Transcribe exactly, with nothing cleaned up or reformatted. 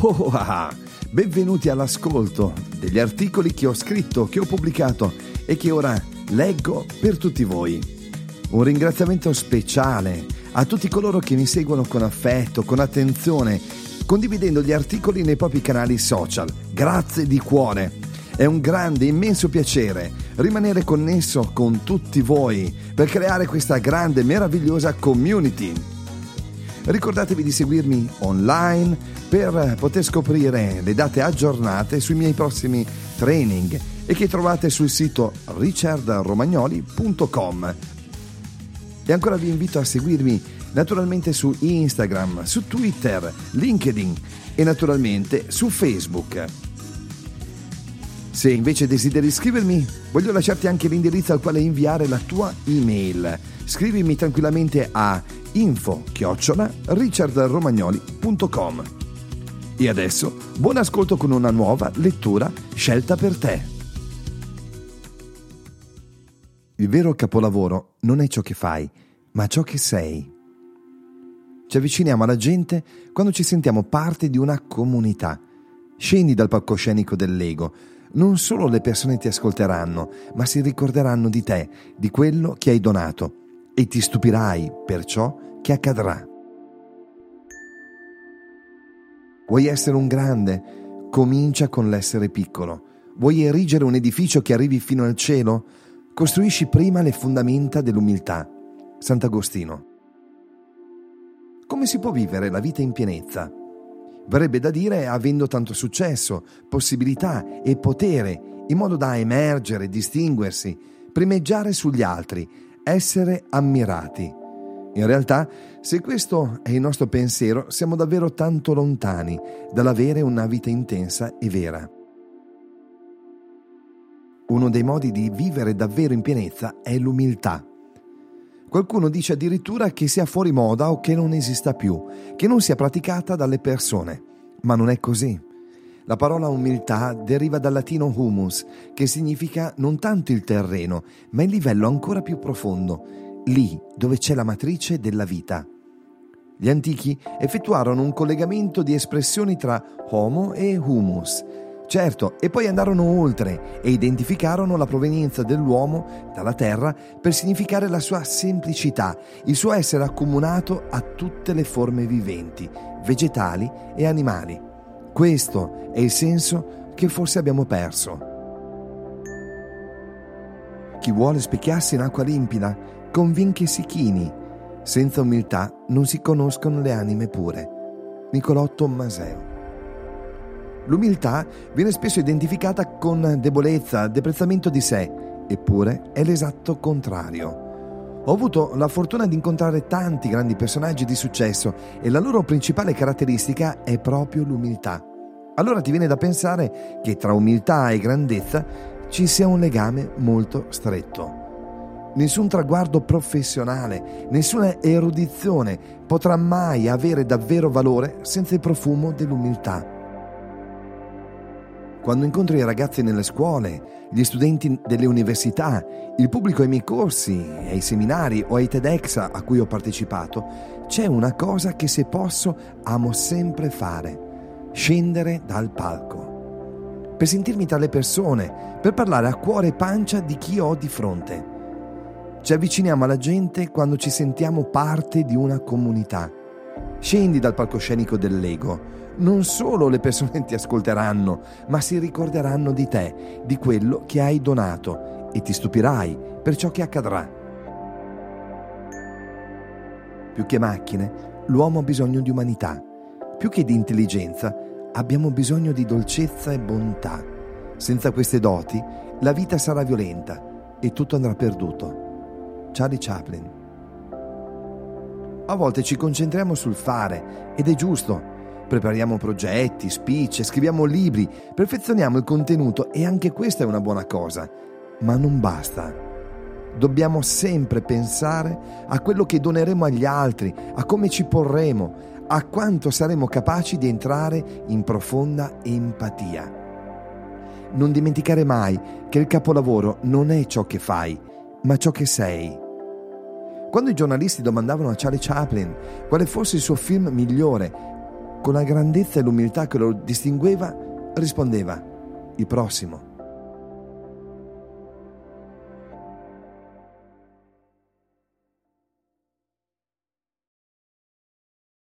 Oh, ah, ah. Benvenuti all'ascolto degli articoli che ho scritto, che ho pubblicato e che ora leggo per tutti voi. Un ringraziamento speciale a tutti coloro che mi seguono con affetto, con attenzione, condividendo gli articoli nei propri canali social. Grazie di cuore. È un grande, immenso piacere rimanere connesso con tutti voi per creare questa grande, meravigliosa community. Ricordatevi di seguirmi online per poter scoprire le date aggiornate sui miei prossimi training e che trovate sul sito richard romagnoli punto com. E ancora vi invito a seguirmi naturalmente su Instagram, su Twitter, LinkedIn e naturalmente su Facebook. Se invece desideri scrivermi, voglio lasciarti anche l'indirizzo al quale inviare la tua email. Scrivimi tranquillamente a info chiocciola richard romagnoli punto com. E adesso buon ascolto con una nuova lettura scelta per te. Il vero capolavoro non è ciò che fai, ma ciò che sei. Ci avviciniamo alla gente quando ci sentiamo parte di una comunità. Scendi dal palcoscenico dell'ego. Non solo le persone ti ascolteranno, ma si ricorderanno di te, di quello che hai donato, e ti stupirai per ciò che accadrà. Vuoi essere un grande? Comincia con l'essere piccolo. Vuoi erigere un edificio che arrivi fino al cielo? Costruisci prima le fondamenta dell'umiltà. Sant'Agostino. Come si può vivere la vita in pienezza? Verrebbe da dire avendo tanto successo, possibilità e potere, in modo da emergere, distinguersi, primeggiare sugli altri, essere ammirati. In realtà, se questo è il nostro pensiero, siamo davvero tanto lontani dall'avere una vita intensa e vera. Uno dei modi di vivere davvero in pienezza è l'umiltà. Qualcuno dice addirittura che sia fuori moda o che non esista più, che non sia praticata dalle persone. Ma non è così. La parola umiltà deriva dal latino humus, che significa non tanto il terreno, ma il livello ancora più profondo, lì dove c'è la matrice della vita. Gli antichi effettuarono un collegamento di espressioni tra homo e humus. Certo, e poi andarono oltre e identificarono la provenienza dell'uomo dalla terra per significare la sua semplicità, il suo essere accomunato a tutte le forme viventi, vegetali e animali. Questo è il senso che forse abbiamo perso. Chi vuole specchiarsi in acqua limpida, convien che si chini. Senza umiltà non si conoscono le anime pure. Niccolò Tommaseo. L'umiltà viene spesso identificata con debolezza, deprezzamento di sé, eppure è l'esatto contrario. Ho avuto la fortuna di incontrare tanti grandi personaggi di successo e la loro principale caratteristica è proprio l'umiltà. Allora ti viene da pensare che tra umiltà e grandezza ci sia un legame molto stretto. Nessun traguardo professionale, nessuna erudizione potrà mai avere davvero valore senza il profumo dell'umiltà. Quando incontro i ragazzi nelle scuole, gli studenti delle università, il pubblico ai miei corsi, ai seminari o ai TEDx a cui ho partecipato, c'è una cosa che se posso amo sempre fare: scendere dal palco. Per sentirmi tra le persone, per parlare a cuore e pancia di chi ho di fronte. Ci avviciniamo alla gente quando ci sentiamo parte di una comunità. Scendi dal palcoscenico dell'ego. Non solo le persone ti ascolteranno, ma si ricorderanno di te, di quello che hai donato, e ti stupirai per ciò che accadrà. Più che macchine, l'uomo ha bisogno di umanità. Più che di intelligenza, abbiamo bisogno di dolcezza e bontà. Senza queste doti, la vita sarà violenta e tutto andrà perduto. Charlie Chaplin. A volte ci concentriamo sul fare, ed è giusto. Prepariamo progetti, speech, scriviamo libri, perfezioniamo il contenuto e anche questa è una buona cosa. Ma non basta. Dobbiamo sempre pensare a quello che doneremo agli altri, a come ci porremo, a quanto saremo capaci di entrare in profonda empatia. Non dimenticare mai che il capolavoro non è ciò che fai, ma ciò che sei. Quando i giornalisti domandavano a Charlie Chaplin quale fosse il suo film migliore, con la grandezza e l'umiltà che lo distingueva, rispondeva: il prossimo.